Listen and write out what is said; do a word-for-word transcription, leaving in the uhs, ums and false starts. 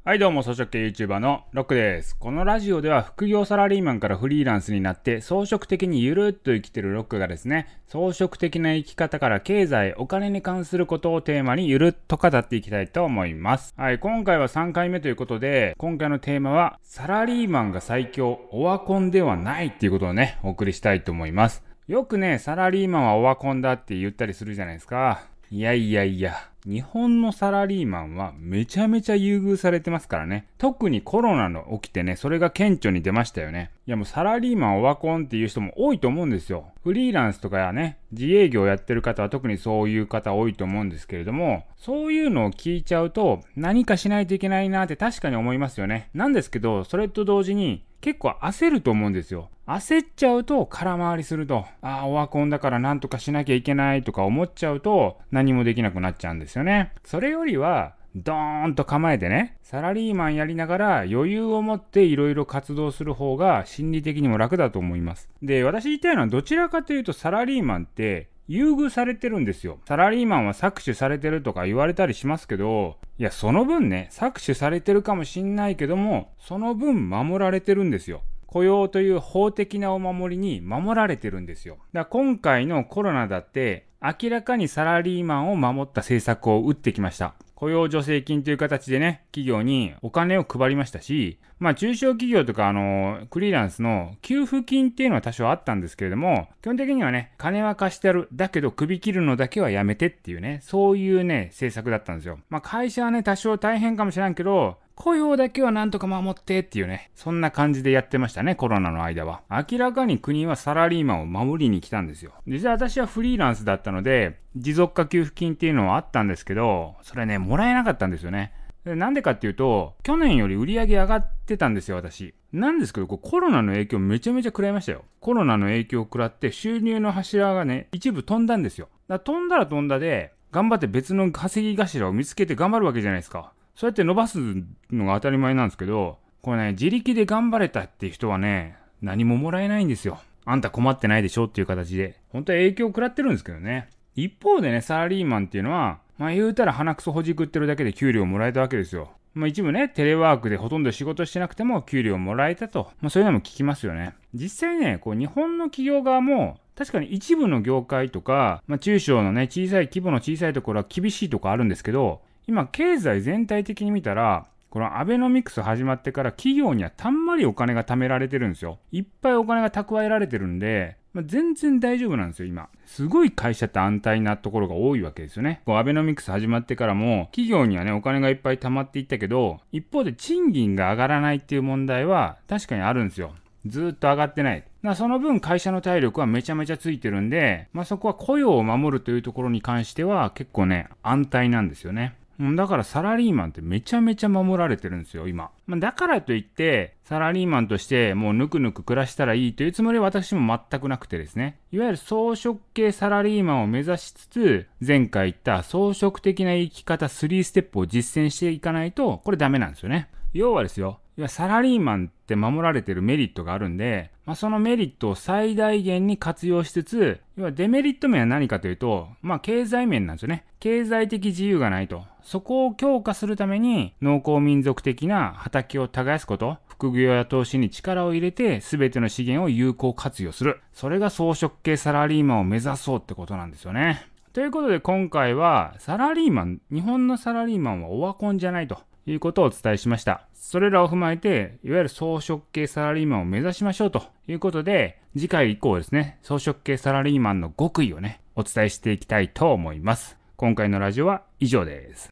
はいどうも、草食系 YouTuber のロックです。このラジオでは副業サラリーマンからフリーランスになって装飾的にゆるっと生きてるロックがですね、装飾的な生き方から経済、お金に関することをテーマにゆるっと語っていきたいと思います。はい、今回はさんかいめということで、今回のテーマはサラリーマンが最強、オワコンではないっていうことをね、お送りしたいと思います。よくね、サラリーマンはオワコンだって言ったりするじゃないですか。いやいやいや、日本のサラリーマンはめちゃめちゃ優遇されてますからね。特にコロナの起きてね、それが顕著に出ましたよね。いやもうサラリーマンオワコンっていう人も多いと思うんですよ。フリーランスとかやね、自営業やってる方は特にそういう方多いと思うんですけれども、そういうのを聞いちゃうと何かしないといけないなって確かに思いますよね。なんですけど、それと同時に結構焦ると思うんですよ。焦っちゃうと空回りすると、ああ、オワコンだからなんとかしなきゃいけないとか思っちゃうと何もできなくなっちゃうんですよね。それよりは、ドーンと構えてね、サラリーマンやりながら余裕を持っていろいろ活動する方が心理的にも楽だと思います。で、私言いたいのはどちらかというとサラリーマンって優遇されてるんですよ。サラリーマンは搾取されてるとか言われたりしますけど、いや、その分ね、搾取されてるかもしんないけども、その分守られてるんですよ。雇用という法的なお守りに守られてるんですよ。だから今回のコロナだって明らかにサラリーマンを守った政策を打ってきました。雇用助成金という形でね、企業にお金を配りましたし、まあ中小企業とかあの、フリーランスの給付金っていうのは多少あったんですけれども、基本的にはね、金は貸してやる。だけど首切るのだけはやめてっていうね、そういうね、政策だったんですよ。まあ会社はね、多少大変かもしれんけど、雇用だけはなんとか守ってっていうね、そんな感じでやってましたね、コロナの間は。明らかに国はサラリーマンを守りに来たんですよ。実は私はフリーランスだったので、持続化給付金っていうのはあったんですけど、それね、もらえなかったんですよね。でなんでかっていうと、去年より売り上げ上がってたんですよ、私。なんですけど、こうコロナの影響めちゃめちゃ食らいましたよ。コロナの影響を食らって収入の柱がね、一部飛んだんですよ。だから飛んだら飛んだで、頑張って別の稼ぎ頭を見つけて頑張るわけじゃないですか。そうやって伸ばすのが当たり前なんですけど、これね、自力で頑張れたっていう人はね、何ももらえないんですよ。あんた困ってないでしょっていう形で。本当は影響を食らってるんですけどね。一方でね、サラリーマンっていうのは、まあ言うたら鼻くそほじくってるだけで給料をもらえたわけですよ。まあ一部ね、テレワークでほとんど仕事してなくても給料をもらえたと。まあそういうのも聞きますよね。実際ね、こう日本の企業側も、確かに一部の業界とか、まあ中小のね、小さい規模の小さいところは厳しいところあるんですけど、今経済全体的に見たら、このアベノミクス始まってから企業にはたんまりお金が貯められてるんですよ。いっぱいお金が蓄えられてるんで、まあ、全然大丈夫なんですよ今。すごい会社って安泰なところが多いわけですよね。こうアベノミクス始まってからも企業にはねお金がいっぱい貯まっていったけど、一方で賃金が上がらないっていう問題は確かにあるんですよ。ずーっと上がってない。その分会社の体力はめちゃめちゃついてるんで、まあ、そこは雇用を守るというところに関しては結構ね安泰なんですよね。だからサラリーマンってめちゃめちゃ守られてるんですよ今。だからといってサラリーマンとしてもうぬくぬく暮らしたらいいというつもりは私も全くなくてですね、いわゆる装飾系サラリーマンを目指しつつ、前回言った装飾的な生き方スリーステップを実践していかないとこれダメなんですよね。要はですよ、いやサラリーマンって守られてるメリットがあるんで、まあ、そのメリットを最大限に活用しつつ、要はデメリット面は何かというと、まあ経済面なんですよね。経済的自由がないと。そこを強化するために農耕民族的な畑を耕すこと、副業や投資に力を入れて全ての資源を有効活用する。それが装飾系サラリーマンを目指そうってことなんですよね。ということで今回はサラリーマン、日本のサラリーマンはオワコンじゃないということをお伝えしました。それらを踏まえて、いわゆる装飾系サラリーマンを目指しましょうということで、次回以降ですね、装飾系サラリーマンの極意をね、お伝えしていきたいと思います。今回のラジオは以上です。